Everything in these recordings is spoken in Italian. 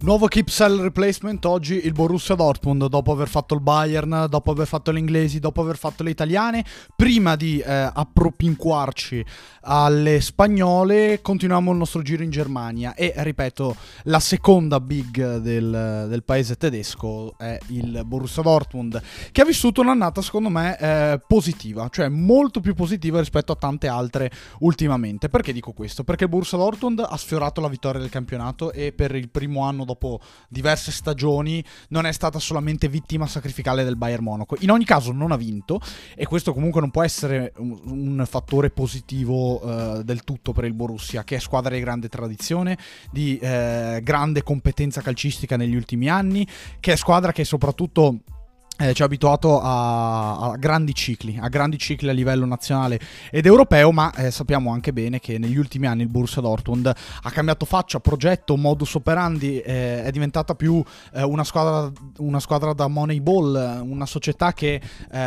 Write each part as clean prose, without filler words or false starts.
Nuovo keep sell replacement oggi il Borussia Dortmund, dopo aver fatto il Bayern, dopo aver fatto le inglesi, dopo aver fatto le italiane, prima di appropinquarci alle spagnole, continuiamo il nostro giro in Germania e ripeto, la seconda big del paese tedesco è il Borussia Dortmund, che ha vissuto un'annata secondo me positiva, cioè molto più positiva rispetto a tante altre ultimamente. Perché dico questo? Perché il Borussia Dortmund ha sfiorato la vittoria del campionato e per il primo anno dopo diverse stagioni non è stata solamente vittima sacrificale del Bayern Monaco. In ogni caso non ha vinto, e questo comunque non può essere un fattore positivo del tutto per il Borussia, che è squadra di grande tradizione, di grande competenza calcistica negli ultimi anni, che è squadra che soprattutto ci ha abituato a grandi cicli a livello nazionale ed europeo, ma sappiamo anche bene che negli ultimi anni il Borussia Dortmund ha cambiato faccia, progetto, modus operandi, è diventata più una squadra da Moneyball, una società che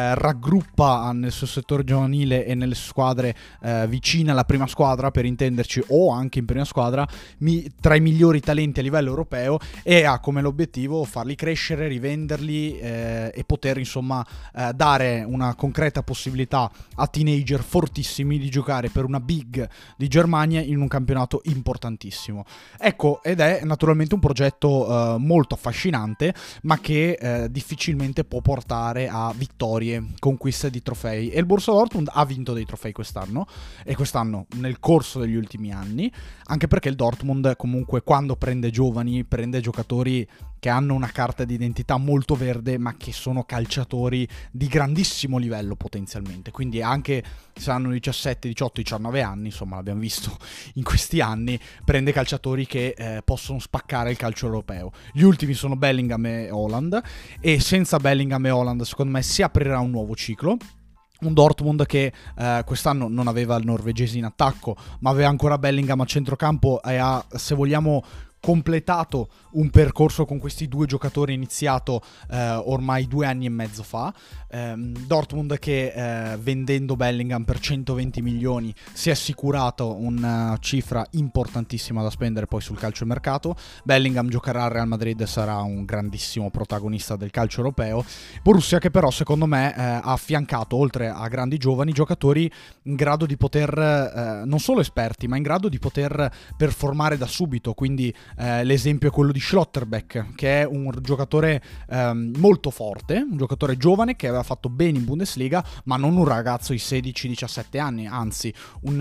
raggruppa nel suo settore giovanile e nelle squadre vicine alla prima squadra, per intenderci, o anche in prima squadra, tra i migliori talenti a livello europeo, e ha come l'obiettivo farli crescere, rivenderli e poter insomma dare una concreta possibilità a teenager fortissimi di giocare per una big di Germania in un campionato importantissimo. Ecco, ed è naturalmente un progetto molto affascinante, ma che difficilmente può portare a vittorie, conquiste di trofei, e il Borussia Dortmund ha vinto dei trofei quest'anno, e quest'anno nel corso degli ultimi anni, anche perché il Dortmund comunque quando prende giovani, prende giocatori che hanno una carta d'identità molto verde, ma che sono calciatori di grandissimo livello potenzialmente. Quindi anche se hanno 17, 18, 19 anni, insomma l'abbiamo visto in questi anni, prende calciatori che possono spaccare il calcio europeo. Gli ultimi sono Bellingham e Haaland, e senza Bellingham e Haaland secondo me si aprirà un nuovo ciclo. Un Dortmund che quest'anno non aveva il norvegese in attacco, ma aveva ancora Bellingham a centrocampo e ha, se vogliamo, completato un percorso con questi due giocatori iniziato ormai 2 anni e mezzo fa. Dortmund che vendendo Bellingham per 120 milioni si è assicurato una cifra importantissima da spendere poi sul calciomercato. Bellingham giocherà al Real Madrid e sarà un grandissimo protagonista del calcio europeo. Borussia che però secondo me ha affiancato, oltre a grandi giovani, giocatori in grado di poter non solo esperti, ma in grado di poter performare da subito. Quindi l'esempio è quello di Schlotterbeck, che è un giocatore molto forte, un giocatore giovane che aveva fatto bene in Bundesliga, ma non un ragazzo di 16-17 anni, anzi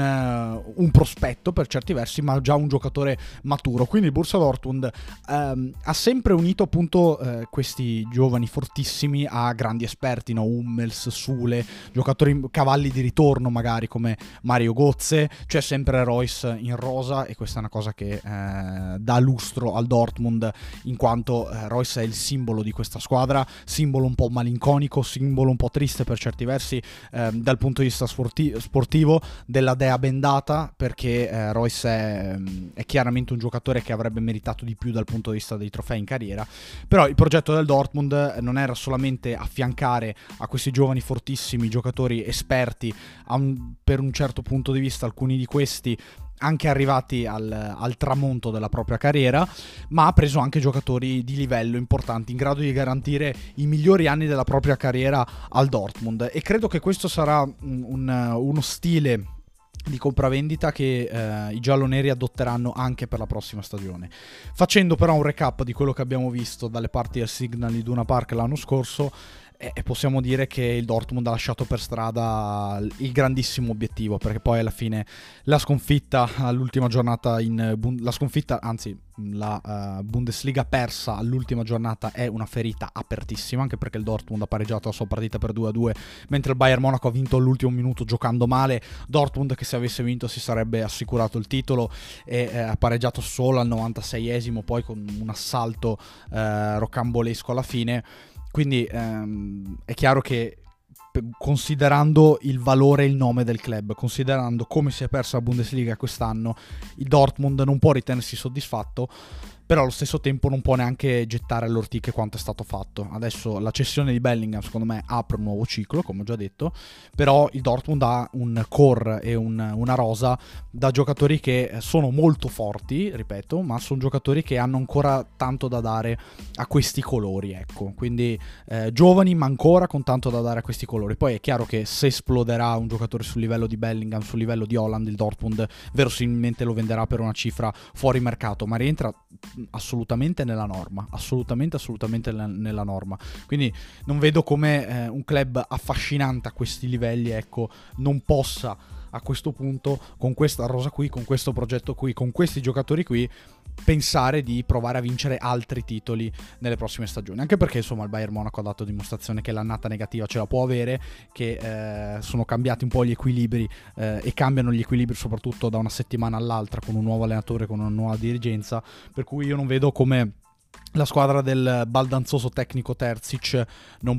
un prospetto per certi versi, ma già un giocatore maturo. Quindi il Borussia Dortmund ha sempre unito appunto questi giovani fortissimi a grandi esperti, no? Hummels, Sule, giocatori cavalli di ritorno magari come Mario Götze. C'è sempre Reus in rosa, e questa è una cosa che dà lustro al Dortmund, in quanto Reus è il simbolo di questa squadra, simbolo un po' malinconico, simbolo un po' triste per certi versi dal punto di vista sportivo, della dea bendata, perché Reus è chiaramente un giocatore che avrebbe meritato di più dal punto di vista dei trofei in carriera. Però il progetto del Dortmund non era solamente affiancare a questi giovani fortissimi giocatori esperti, per un certo punto di vista alcuni di questi anche arrivati al tramonto della propria carriera, ma ha preso anche giocatori di livello importanti, in grado di garantire i migliori anni della propria carriera al Dortmund. E credo che questo sarà uno stile di compravendita che i gialloneri adotteranno anche per la prossima stagione. Facendo però un recap di quello che abbiamo visto dalle parti del Signal Iduna Park l'anno scorso, e possiamo dire che il Dortmund ha lasciato per strada il grandissimo obiettivo, perché poi alla fine la sconfitta all'ultima giornata la Bundesliga persa all'ultima giornata è una ferita apertissima, anche perché il Dortmund ha pareggiato la sua partita per 2-2, mentre il Bayern Monaco ha vinto all'ultimo minuto giocando male. Dortmund che se avesse vinto si sarebbe assicurato il titolo, e ha pareggiato solo al 96esimo, poi con un assalto rocambolesco alla fine. Quindi è chiaro che, considerando il valore e il nome del club, considerando come si è persa la Bundesliga quest'anno, il Dortmund non può ritenersi soddisfatto, però allo stesso tempo non può neanche gettare alle ortiche quanto è stato fatto. Adesso la cessione di Bellingham secondo me apre un nuovo ciclo, come ho già detto, però il Dortmund ha un core e una rosa da giocatori che sono molto forti, ripeto, ma sono giocatori che hanno ancora tanto da dare a questi colori, ecco. Quindi giovani ma ancora con tanto da dare a questi colori. Poi è chiaro che se esploderà un giocatore sul livello di Bellingham, sul livello di Haaland, il Dortmund verosimilmente lo venderà per una cifra fuori mercato, ma rientra assolutamente nella norma, assolutamente nella norma. Quindi non vedo come un club affascinante a questi livelli, ecco, non possa a questo punto, con questa rosa qui, con questo progetto qui, con questi giocatori qui, pensare di provare a vincere altri titoli nelle prossime stagioni. Anche perché insomma il Bayern Monaco ha dato dimostrazione che l'annata negativa ce la può avere, che sono cambiati un po' gli equilibri e cambiano gli equilibri soprattutto da una settimana all'altra, con un nuovo allenatore, con una nuova dirigenza, per cui io non vedo come la squadra del baldanzoso tecnico Terzic non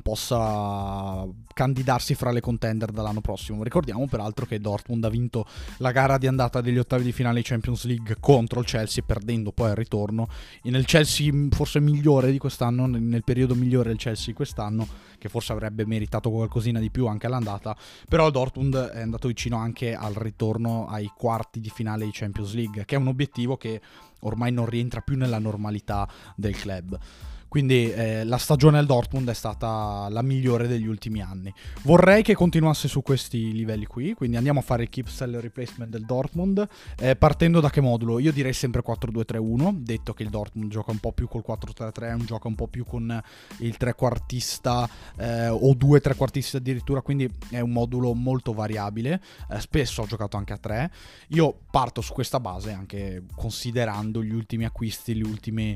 possa candidarsi fra le contender dall'anno prossimo. Ricordiamo peraltro che Dortmund ha vinto la gara di andata degli ottavi di finale di Champions League contro il Chelsea, perdendo poi al ritorno nel Chelsea forse migliore di quest'anno, nel periodo migliore del Chelsea quest'anno, che forse avrebbe meritato qualcosina di più anche all'andata, però il Dortmund è andato vicino anche al ritorno ai quarti di finale di Champions League, che è un obiettivo che ormai non rientra più nella normalità del club. Quindi la stagione al Dortmund è stata la migliore degli ultimi anni. Vorrei che continuasse su questi livelli qui, quindi andiamo a fare il keep sell replacement del Dortmund, partendo da che modulo? Io direi sempre 4-2-3-1, detto che il Dortmund gioca un po' più col 4-3-3, gioca un po' più con il trequartista o due trequartisti addirittura, quindi è un modulo molto variabile, spesso ho giocato anche a 3. Io parto su questa base anche considerando gli ultimi acquisti, gli ultimi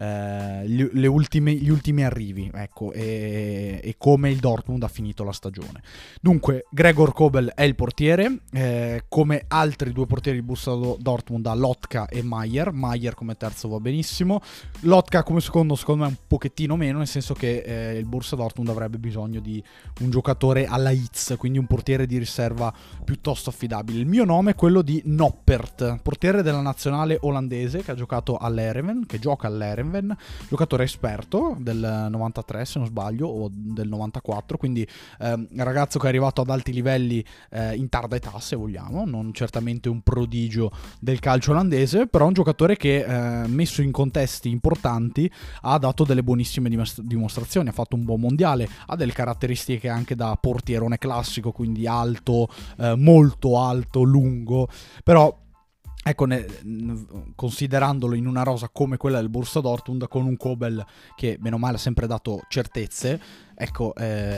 arrivi, ecco, e come il Dortmund ha finito la stagione. Dunque, Gregor Kobel è il portiere, come altri due portieri di Borussia Dortmund ha Lotka e Maier come terzo va benissimo, Lotka come secondo me un pochettino meno, nel senso che il Borussia Dortmund avrebbe bisogno di un giocatore alla Hitz, quindi un portiere di riserva piuttosto affidabile. Il mio nome è quello di Noppert, portiere della nazionale olandese che ha giocato all'Ereven, che gioca all'Ereven, giocatore esperto del 93 se non sbaglio o del 94, quindi ragazzo che è arrivato ad alti livelli in tarda età, se vogliamo, non certamente un prodigio del calcio olandese, però un giocatore che messo in contesti importanti ha dato delle buonissime dimostrazioni, ha fatto un buon mondiale, ha delle caratteristiche anche da portierone classico, quindi alto, molto alto, lungo, però ecco, considerandolo in una rosa come quella del Borussia Dortmund, con un Kobel che bene o male ha sempre dato certezze, ecco,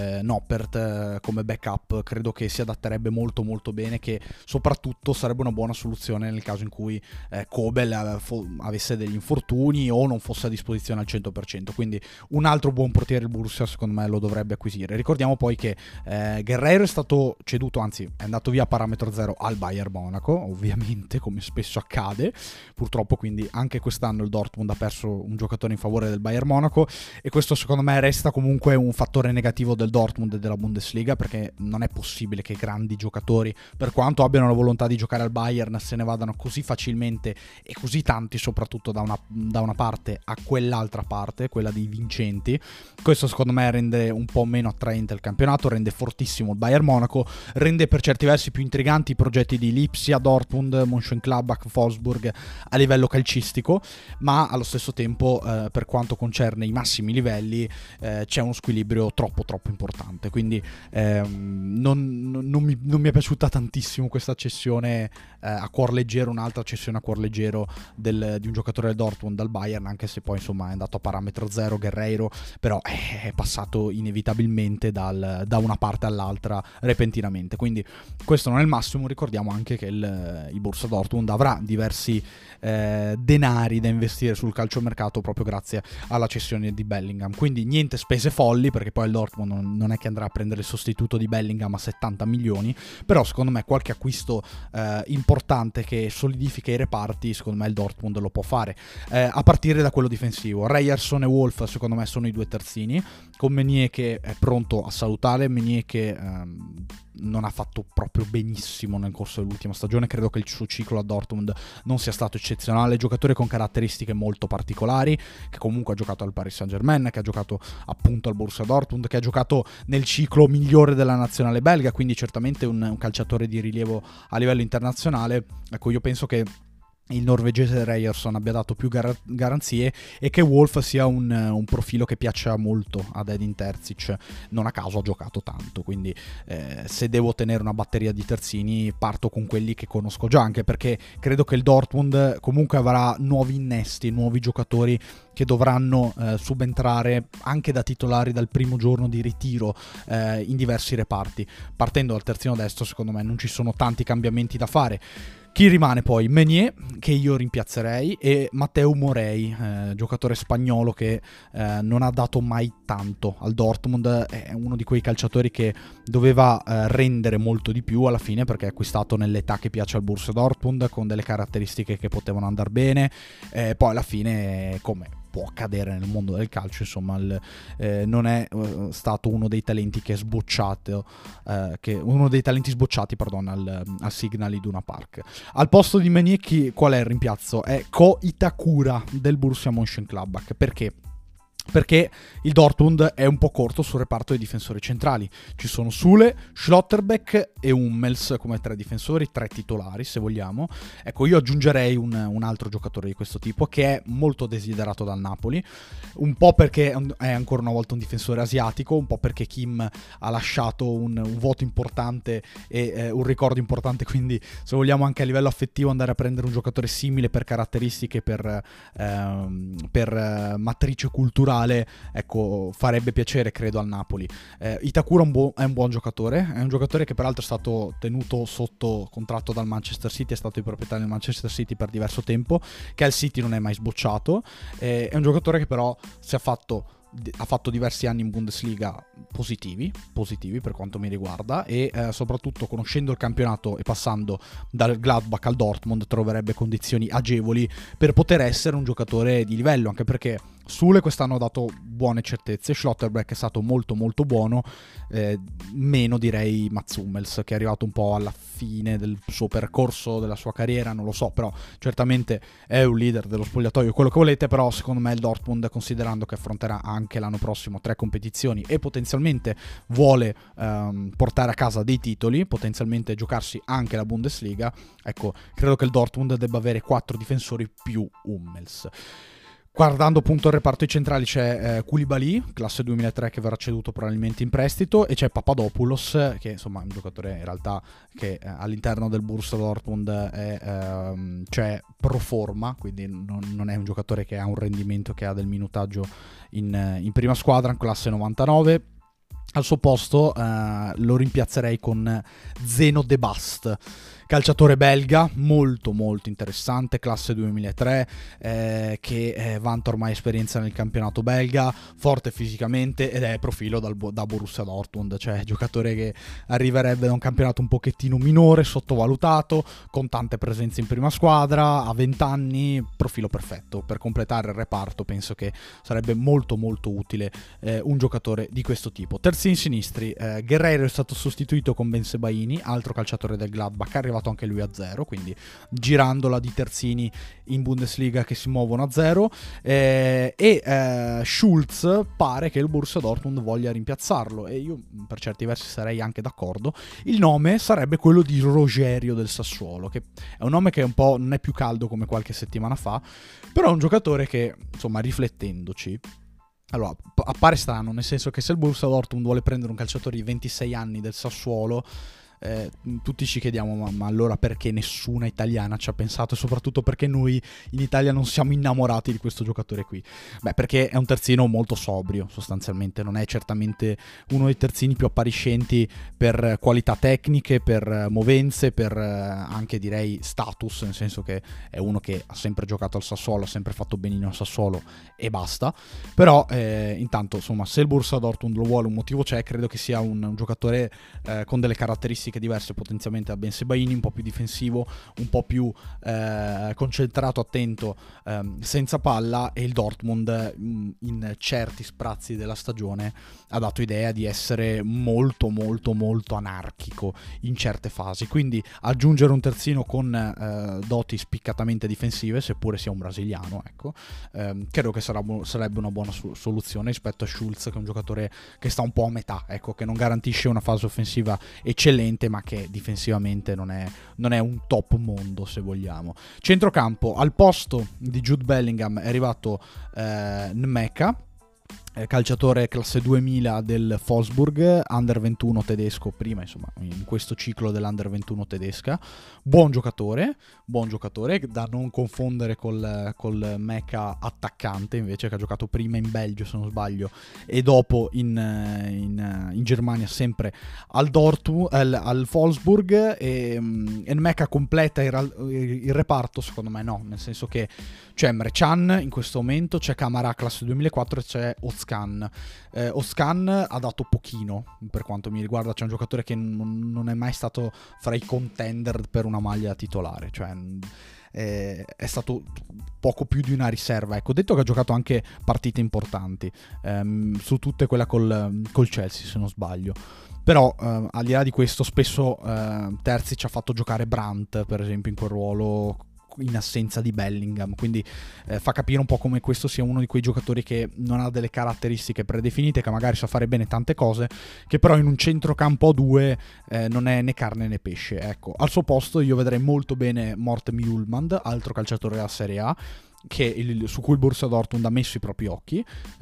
Noppert come backup credo che si adatterebbe molto molto bene, che soprattutto sarebbe una buona soluzione nel caso in cui Kobel avesse degli infortuni o non fosse a disposizione al 100%, quindi un altro buon portiere il Borussia secondo me lo dovrebbe acquisire. Ricordiamo poi che Guerreiro è stato ceduto, anzi è andato via a parametro zero al Bayern Monaco, ovviamente, come spesso accade purtroppo, quindi anche quest'anno il Dortmund ha perso un giocatore in favore del Bayern Monaco, e questo secondo me resta comunque un fattore negativo del Dortmund e della Bundesliga, perché non è possibile che grandi giocatori, per quanto abbiano la volontà di giocare al Bayern, se ne vadano così facilmente e così tanti soprattutto da una parte a quell'altra parte, quella dei vincenti. Questo secondo me rende un po' meno attraente il campionato, rende fortissimo il Bayern Monaco, rende per certi versi più intriganti i progetti di Lipsia, Dortmund, Mönchengladbach, Wolfsburg a livello calcistico, ma allo stesso tempo per quanto concerne i massimi livelli c'è uno squilibrio troppo importante, quindi non mi è piaciuta tantissimo questa cessione a cuor leggero, un'altra cessione a cuor leggero di un giocatore del Dortmund dal Bayern, anche se poi insomma è andato a parametro zero Guerreiro, però è passato inevitabilmente da una parte all'altra repentinamente, quindi questo non è il massimo. Ricordiamo anche che il Borussia Dortmund avrà diversi denari da investire sul calciomercato proprio grazie alla cessione di Bellingham, quindi niente spese folli, perché perché poi il Dortmund non è che andrà a prendere il sostituto di Bellingham a 70 milioni, però secondo me qualche acquisto importante che solidifica i reparti, secondo me il Dortmund lo può fare, a partire da quello difensivo. Ryerson e Wolf secondo me sono i due terzini, con Meunier che è pronto a salutare, Meunier che non ha fatto proprio benissimo nel corso dell'ultima stagione, credo che il suo ciclo a Dortmund non sia stato eccezionale, giocatore con caratteristiche molto particolari, che comunque ha giocato al Paris Saint-Germain, che ha giocato appunto al Borussia Dortmund, che ha giocato nel ciclo migliore della nazionale belga, quindi certamente un calciatore di rilievo a livello internazionale. Ecco, io penso che il norvegese Ryerson abbia dato più garanzie e che Wolf sia un profilo che piaccia molto ad Edin Terzic, non a caso ha giocato tanto, quindi se devo tenere una batteria di terzini parto con quelli che conosco già, anche perché credo che il Dortmund comunque avrà nuovi innesti, nuovi giocatori che dovranno subentrare anche da titolari dal primo giorno di ritiro in diversi reparti. Partendo dal terzino destro secondo me non ci sono tanti cambiamenti da fare. Chi rimane poi? Meunier, che io rimpiazzerei, e Mateu Morey, giocatore spagnolo che non ha dato mai tanto al Dortmund, è uno di quei calciatori che doveva rendere molto di più alla fine, perché è acquistato nell'età che piace al Borussia Dortmund, con delle caratteristiche che potevano andare bene, poi alla fine come può accadere nel mondo del calcio, insomma, non è stato uno dei talenti che è sbocciato, uno dei talenti sbocciati, pardon, al Signal Iduna Park. Al posto di Meunier qual è il rimpiazzo? È Ko Itakura del Borussia Mönchengladbach. Perché il Dortmund è un po' corto sul reparto dei difensori centrali. Ci sono Sule, Schlotterbeck e Hummels come tre difensori, tre titolari se vogliamo. Ecco, io aggiungerei un altro giocatore di questo tipo che è molto desiderato dal Napoli, un po' perché è ancora una volta un difensore asiatico, un po' perché Kim ha lasciato un voto importante e un ricordo importante, quindi se vogliamo anche a livello affettivo andare a prendere un giocatore simile per caratteristiche, per matrice culturale, ecco, farebbe piacere credo al Napoli. Itakura è un buon giocatore, è un giocatore che peraltro è stato tenuto sotto contratto dal Manchester City, è stato il proprietario del Manchester City per diverso tempo, che al City non è mai sbocciato, è un giocatore che però ha fatto diversi anni in Bundesliga positivi per quanto mi riguarda, e soprattutto conoscendo il campionato e passando dal Gladbach al Dortmund troverebbe condizioni agevoli per poter essere un giocatore di livello, anche perché Sule quest'anno ha dato buone certezze, Schlotterbeck è stato molto molto buono, meno direi Mats Hummels, che è arrivato un po' alla fine del suo percorso, della sua carriera, non lo so, però certamente è un leader dello spogliatoio, quello che volete, però secondo me il Dortmund, considerando che affronterà anche l'anno prossimo 3 competizioni e potenzialmente vuole portare a casa dei titoli, potenzialmente giocarsi anche la Bundesliga, ecco, credo che il Dortmund debba avere 4 difensori più Hummels. Guardando appunto il reparto ai centrali c'è Koulibaly, classe 2003, che verrà ceduto probabilmente in prestito, e c'è Papadopoulos, che insomma è un giocatore in realtà che all'interno del Borussia Dortmund è cioè pro forma, quindi non è un giocatore che ha un rendimento, che ha del minutaggio in prima squadra, in classe 99. Al suo posto lo rimpiazzerei con Zeno De Bast, calciatore belga molto molto interessante, classe 2003, che vanta ormai esperienza nel campionato belga, forte fisicamente ed è profilo da Borussia Dortmund, cioè giocatore che arriverebbe da un campionato un pochettino minore, sottovalutato, con tante presenze in prima squadra, a 20 anni, profilo perfetto per completare il reparto. Penso che sarebbe molto molto utile un giocatore di questo tipo. Terzini sinistri, Guerreiro è stato sostituito con Ben Sebaini, altro calciatore del Gladbach, arrivato anche lui a 0, quindi girandola di terzini in Bundesliga che si muovono a 0, e Schulz pare che il Borussia Dortmund voglia rimpiazzarlo, e io per certi versi sarei anche d'accordo. Il nome sarebbe quello di Rogerio del Sassuolo, che è un nome che un po' non è più caldo come qualche settimana fa, però è un giocatore che, insomma, riflettendoci, allora, appare strano, nel senso che se il Borussia Dortmund vuole prendere un calciatore di 26 anni del Sassuolo, tutti ci chiediamo ma allora perché nessuna italiana ci ha pensato, e soprattutto perché noi in Italia non siamo innamorati di questo giocatore qui. Beh, perché è un terzino molto sobrio, sostanzialmente non è certamente uno dei terzini più appariscenti per qualità tecniche, per movenze, per anche direi status, nel senso che è uno che ha sempre giocato al Sassuolo, ha sempre fatto benino al Sassuolo e basta. Però intanto insomma, se il Borussia Dortmund lo vuole, un motivo c'è. Credo che sia un giocatore con delle caratteristiche diverse potenzialmente da Bensebaini, un po' più difensivo, un po' più concentrato, attento, senza palla, e il Dortmund in certi sprazzi della stagione ha dato idea di essere molto molto molto anarchico in certe fasi, quindi aggiungere un terzino con doti spiccatamente difensive, seppure sia un brasiliano, ecco, credo che sarebbe una buona soluzione rispetto a Schulz, che è un giocatore che sta un po' a metà, ecco, che non garantisce una fase offensiva eccellente, ma che difensivamente non è un top mondo, se vogliamo. Centrocampo, al posto di Jude Bellingham è arrivato Nmeka, calciatore classe 2000 del Wolfsburg, under 21 tedesco, prima insomma in questo ciclo dell'under 21 tedesca. Buon giocatore da non confondere col Meca attaccante, invece, che ha giocato prima in Belgio, se non sbaglio, e dopo in Germania, sempre al Wolfsburg. E Meca completa il reparto, secondo me no, nel senso che c'è Emre Can in questo momento, c'è Camara classe 2004 e c'è Özcan. Özcan ha dato pochino per quanto mi riguarda, c'è un giocatore che non è mai stato fra i contender per una maglia titolare, cioè è stato poco più di una riserva, ecco. Detto che ha giocato anche partite importanti, su tutte quella col Chelsea, se non sbaglio. Però al di là di questo, spesso Terzi ci ha fatto giocare Brandt, per esempio, in quel ruolo, in assenza di Bellingham, quindi fa capire un po' come questo sia uno di quei giocatori che non ha delle caratteristiche predefinite, che magari sa fare bene tante cose, che però in un centrocampo a due non è né carne né pesce, ecco. Al suo posto io vedrei molto bene Morten Hjulmand, altro calciatore della Serie A, su cui il Borussia Dortmund ha messo i propri occhi.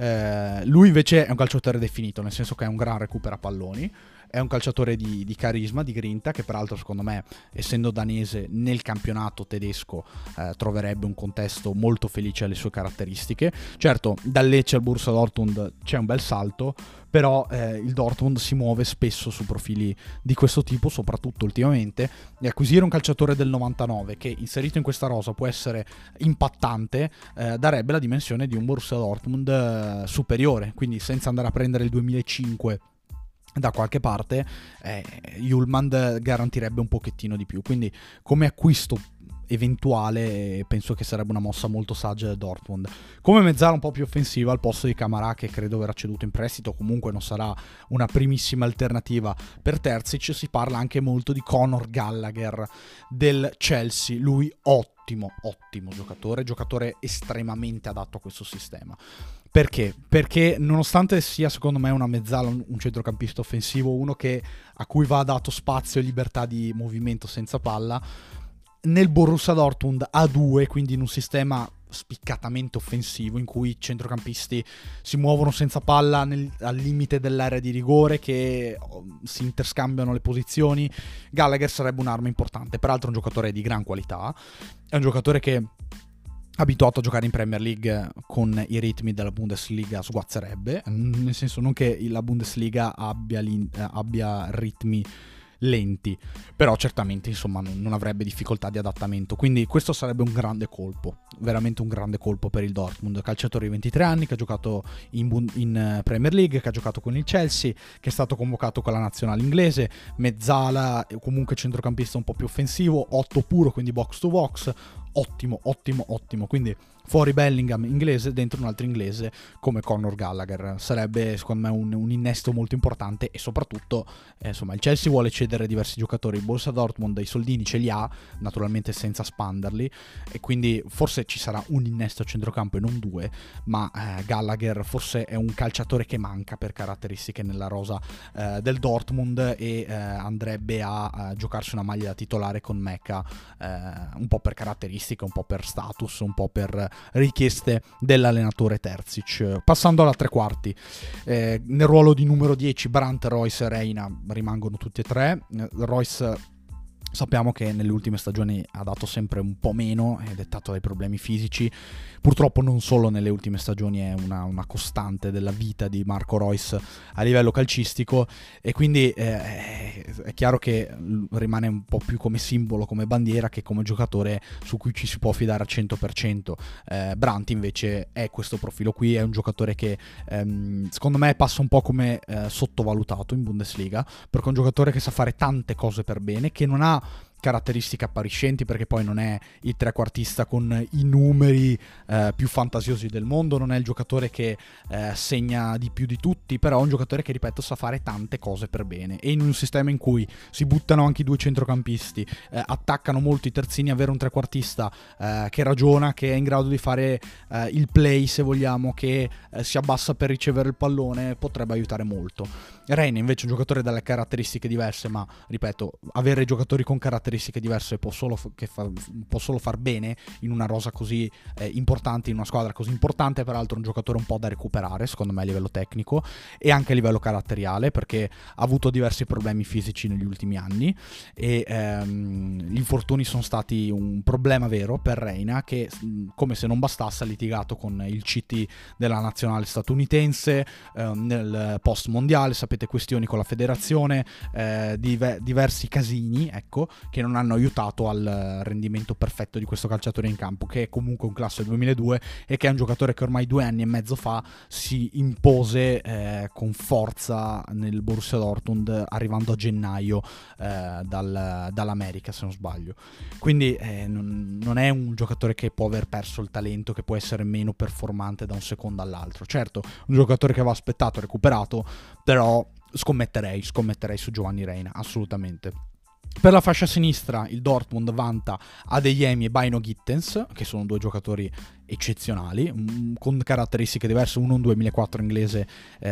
Lui invece è un calciatore definito, nel senso che è un gran recuperapalloni, è un calciatore di carisma, di grinta, che peraltro secondo me, essendo danese, nel campionato tedesco troverebbe un contesto molto felice alle sue caratteristiche. Certo, dal Lecce al Borussia Dortmund c'è un bel salto, però il Dortmund si muove spesso su profili di questo tipo, soprattutto ultimamente, e acquisire un calciatore del 99 che inserito in questa rosa può essere impattante, darebbe la dimensione di un Borussia Dortmund superiore, quindi senza andare a prendere il 2005 da qualche parte, Hjulmand garantirebbe un pochettino di più, quindi come acquisto eventuale penso che sarebbe una mossa molto saggia del Dortmund. Come mezzala un po' più offensiva al posto di Camara, che credo verrà ceduto in prestito, comunque non sarà una primissima alternativa per Terzic, si parla anche molto di Conor Gallagher del Chelsea, lui ottimo giocatore estremamente adatto a questo sistema. Perché? Perché nonostante sia secondo me una mezzala, un centrocampista offensivo, uno a cui va dato spazio e libertà di movimento senza palla, nel Borussia Dortmund a due, quindi in un sistema spiccatamente offensivo in cui i centrocampisti si muovono senza palla al limite dell'area di rigore, che si interscambiano le posizioni, Gallagher sarebbe un'arma importante. Peraltro è un giocatore di gran qualità, è un giocatore che abituato a giocare in Premier League con i ritmi della Bundesliga sguazzerebbe, nel senso non che la Bundesliga abbia ritmi lenti, però certamente insomma non avrebbe difficoltà di adattamento, quindi questo sarebbe un grande colpo, veramente un grande colpo per il Dortmund. Calciatore di 23 anni che ha giocato in Premier League, che ha giocato con il Chelsea, che è stato convocato con la nazionale inglese, mezzala, comunque centrocampista un po' più offensivo, 8 puro, quindi box to box, ottimo, quindi fuori Bellingham inglese, dentro un altro inglese come Conor Gallagher, sarebbe secondo me un innesto molto importante. E soprattutto insomma il Chelsea vuole cedere diversi giocatori, il Borussia Dortmund i soldini ce li ha, naturalmente senza spanderli, e quindi forse ci sarà un innesto a centrocampo e non due, ma Gallagher forse è un calciatore che manca per caratteristiche nella rosa del Dortmund, e andrebbe a giocarsi una maglia da titolare con Meca, un po' per caratteristiche, caratteristiche, un po' per status, un po' per richieste dell'allenatore Terzic. Passando alla tre quarti, nel ruolo di numero 10 Brandt, Royce e Reina rimangono tutti e tre. Royce sappiamo che nelle ultime stagioni ha dato sempre un po' meno, è dettato dai problemi fisici. Purtroppo non solo nelle ultime stagioni, è una costante della vita di Marco Royce a livello calcistico, e quindi è chiaro che rimane un po' più come simbolo, come bandiera, che come giocatore su cui ci si può fidare al 100%. Brandt invece è questo profilo qui, è un giocatore che secondo me passa un po' come sottovalutato in Bundesliga, perché è un giocatore che sa fare tante cose per bene, che non ha caratteristiche appariscenti, perché poi non è il trequartista con i numeri più fantasiosi del mondo, non è il giocatore che segna di più di tutti, però è un giocatore che, ripeto, sa fare tante cose per bene, e in un sistema in cui si buttano anche i due centrocampisti, attaccano molto i terzini, avere un trequartista che ragiona, che è in grado di fare il play, se vogliamo, che si abbassa per ricevere il pallone, potrebbe aiutare molto. Reina invece è un giocatore dalle caratteristiche diverse, ma ripeto, avere giocatori con caratteristiche diverse può solo far bene in una rosa così importante, in una squadra così importante. Peraltro è un giocatore un po' da recuperare, secondo me, a livello tecnico e anche a livello caratteriale, perché ha avuto diversi problemi fisici negli ultimi anni, e gli infortuni sono stati un problema vero per Reina, che come se non bastasse ha litigato con il CT della nazionale statunitense nel post mondiale. Sapete, questioni con la federazione, diversi casini, ecco, che non hanno aiutato al rendimento perfetto di questo calciatore in campo, che è comunque un classe 2002 e che è un giocatore che ormai 2 anni e mezzo fa si impose con forza nel Borussia Dortmund, arrivando a gennaio dall'America, se non sbaglio. Quindi non è un giocatore che può aver perso il talento, che può essere meno performante da un secondo all'altro. Certo, un giocatore che va aspettato, recuperato, però scommetterei su Giovanni Reina, assolutamente. Per la fascia sinistra il Dortmund vanta Adeyemi e Baino Gittens, che sono due giocatori eccezionali, con caratteristiche diverse. Uno un 2004 inglese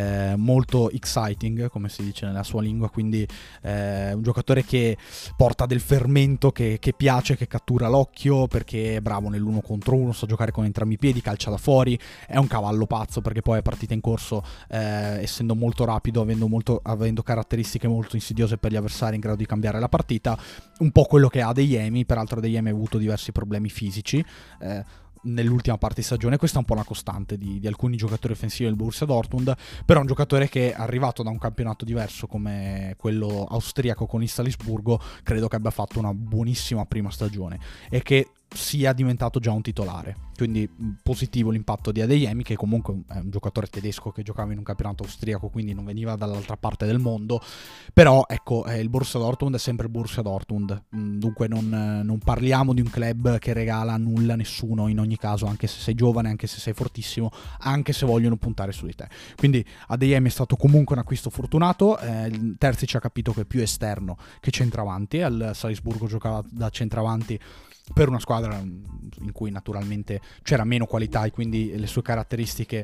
molto exciting, come si dice nella sua lingua, quindi un giocatore che porta del fermento, che piace, che cattura l'occhio, perché è bravo nell'uno contro uno, sa giocare con entrambi i piedi, calcia da fuori, è un cavallo pazzo, perché poi è partita in corso, essendo molto rapido, avendo caratteristiche molto insidiose per gli avversari, in grado di cambiare la partita, un po' quello che ha Adeyemi. Peraltro Adeyemi ha avuto diversi problemi fisici nell'ultima parte di stagione. Questa è un po' una costante di alcuni giocatori offensivi del Borussia Dortmund, però è un giocatore che, arrivato da un campionato diverso come quello austriaco con il Salisburgo, credo che abbia fatto una buonissima prima stagione e che sia diventato già un titolare. Quindi positivo l'impatto di Adeyemi, che comunque è un giocatore tedesco che giocava in un campionato austriaco, quindi non veniva dall'altra parte del mondo. Però ecco, il Borussia Dortmund è sempre il Borussia Dortmund, dunque non parliamo di un club che regala nulla a nessuno, in ogni caso, anche se sei giovane, anche se sei fortissimo, anche se vogliono puntare su di te. Quindi Adeyemi è stato comunque un acquisto fortunato. Terzic ha capito che è più esterno che centravanti. Al Salisburgo giocava da centravanti per una squadra in cui naturalmente c'era meno qualità, e quindi le sue caratteristiche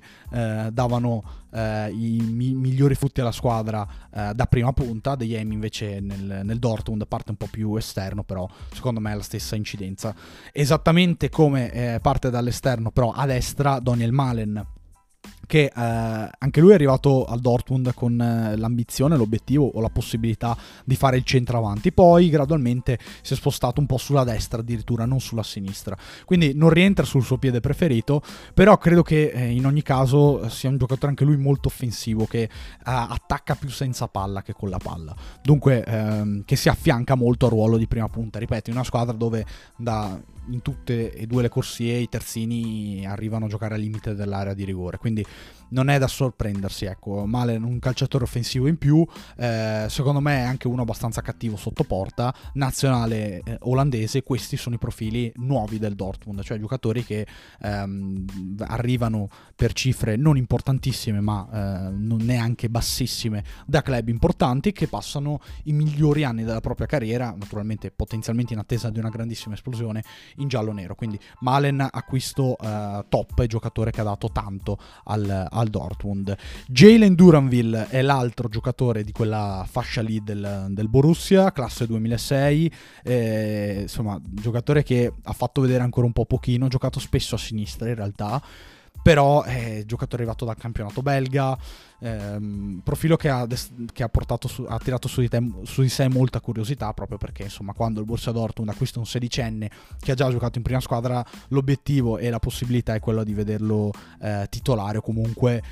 davano i migliori frutti alla squadra da prima punta. Adeyemi invece nel Dortmund parte un po' più esterno, però secondo me è la stessa incidenza. Esattamente come parte dall'esterno però a destra Daniel Malen, che anche lui è arrivato al Dortmund con l'ambizione, l'obiettivo o la possibilità di fare il centravanti, poi gradualmente si è spostato un po' sulla destra, addirittura non sulla sinistra, quindi non rientra sul suo piede preferito, però credo che in ogni caso sia un giocatore anche lui molto offensivo, che attacca più senza palla che con la palla, dunque che si affianca molto al ruolo di prima punta. Ripeto, in una squadra dove in tutte e due le corsie i terzini arrivano a giocare al limite dell'area di rigore, quindi non è da sorprendersi, ecco. Malen, un calciatore offensivo in più, secondo me è anche uno abbastanza cattivo sotto porta, nazionale olandese. Questi sono i profili nuovi del Dortmund, cioè giocatori che arrivano per cifre non importantissime, ma non neanche bassissime, da club importanti, che passano i migliori anni della propria carriera, naturalmente potenzialmente in attesa di una grandissima esplosione, in giallo-nero. Quindi Malen, acquisto top, e giocatore che ha dato tanto al al Dortmund. Jalen Duranville è l'altro giocatore di quella fascia lì del Borussia, classe 2006, insomma giocatore che ha fatto vedere ancora un po' pochino, ha giocato spesso a sinistra in realtà, però è giocatore arrivato dal campionato belga, profilo che ha tirato su di sé molta curiosità, proprio perché insomma quando il Borussia Dortmund acquista un sedicenne che ha già giocato in prima squadra, l'obiettivo e la possibilità è quello di vederlo titolare, o comunque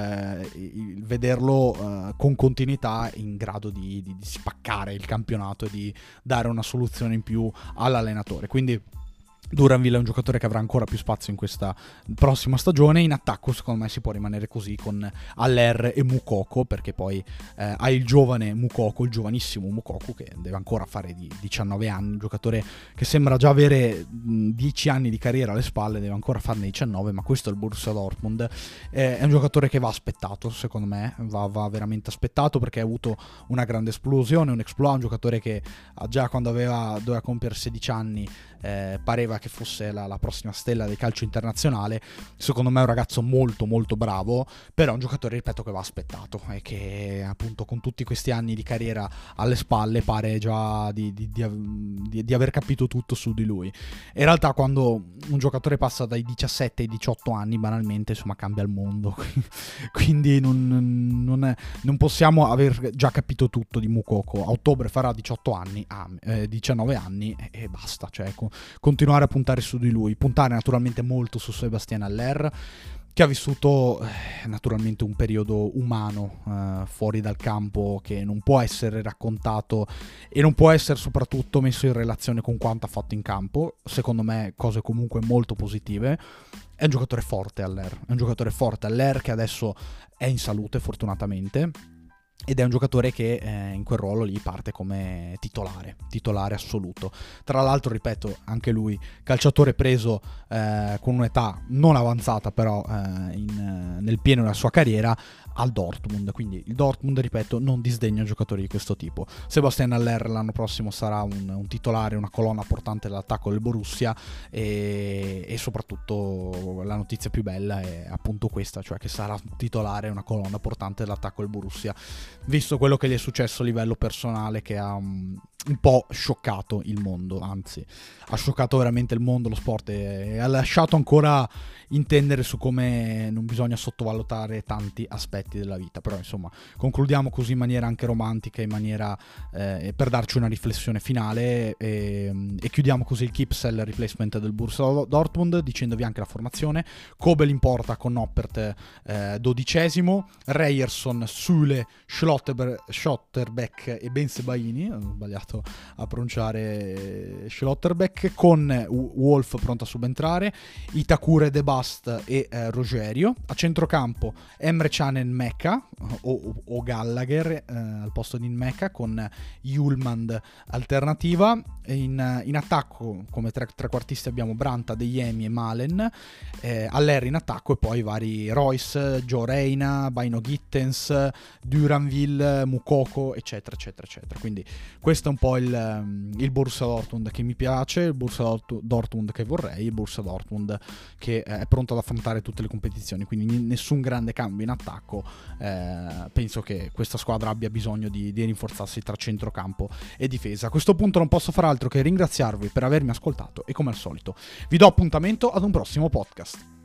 vederlo con continuità, in grado di spaccare il campionato e di dare una soluzione in più all'allenatore. Quindi Duranville è un giocatore che avrà ancora più spazio in questa prossima stagione. In attacco secondo me si può rimanere così con Haller e Moukoko, perché poi hai il giovane Moukoko, il giovanissimo Moukoko, che deve ancora fare di 19 anni, un giocatore che sembra già avere 10 anni di carriera alle spalle, deve ancora farne 19, ma questo è il Borussia Dortmund. È un giocatore che va aspettato, secondo me, va veramente aspettato, perché ha avuto una grande esplosione, un exploit, un giocatore che già quando doveva compiere 16 anni pareva che fosse la prossima stella del calcio internazionale. Secondo me è un ragazzo molto molto bravo, però è un giocatore, ripeto, che va aspettato e che appunto con tutti questi anni di carriera alle spalle pare già di aver capito tutto su di lui. In realtà quando un giocatore passa dai 17 ai 18 anni, banalmente, insomma, cambia il mondo. Quindi non possiamo aver già capito tutto di Moukoko. A ottobre farà 18 anni, 19 anni e basta, cioè continuare a puntare su di lui, puntare naturalmente molto su Sébastien Haller, che ha vissuto naturalmente un periodo umano fuori dal campo che non può essere raccontato e non può essere soprattutto messo in relazione con quanto ha fatto in campo. Secondo me cose comunque molto positive. È un giocatore forte Haller, che adesso è in salute fortunatamente, ed è un giocatore che in quel ruolo lì parte come titolare assoluto. Tra l'altro, ripeto, anche lui calciatore preso con un'età non avanzata, però nel pieno della sua carriera, al Dortmund. Quindi il Dortmund, ripeto, non disdegna giocatori di questo tipo. Sébastien Haller l'anno prossimo sarà un titolare, una colonna portante dell'attacco del Borussia, e soprattutto la notizia più bella è appunto questa, cioè che sarà titolare, una colonna portante dell'attacco del Borussia, visto quello che gli è successo a livello personale, che ha un po' scioccato il mondo, anzi ha scioccato veramente il mondo, lo sport, e ha lasciato ancora intendere su come non bisogna sottovalutare tanti aspetti della vita. Però insomma concludiamo così in maniera anche romantica, in maniera per darci una riflessione finale, e chiudiamo così il keep sell replacement del Borussia Dortmund, dicendovi anche la formazione. Kobel in porta con Noppert 12esimo, Ryerson, Süle, Schlotterbeck e Ben Sebaini, ho sbagliato a pronunciare Schlotterbeck, con Wolf pronto a subentrare, Itakure, De Bast e Rogerio. A centrocampo Emre Can e Mecca o Gallagher al posto di Mecca, con Hjulmand alternativa. In attacco come trequartisti abbiamo Brandt, Adeyemi e Malen, Haller in attacco, e poi vari Royce, Joe Reina, Baino Gittens, Duranville, Moukoko, eccetera eccetera eccetera. Quindi questo è un po' il Borussia Dortmund che mi piace, il Borussia Dortmund che vorrei, il Borussia Dortmund che è pronto ad affrontare tutte le competizioni. Quindi nessun grande cambio in attacco. Penso che questa squadra abbia bisogno di rinforzarsi tra centrocampo e difesa. A questo punto non posso far altro che ringraziarvi per avermi ascoltato, e come al solito vi do appuntamento ad un prossimo podcast.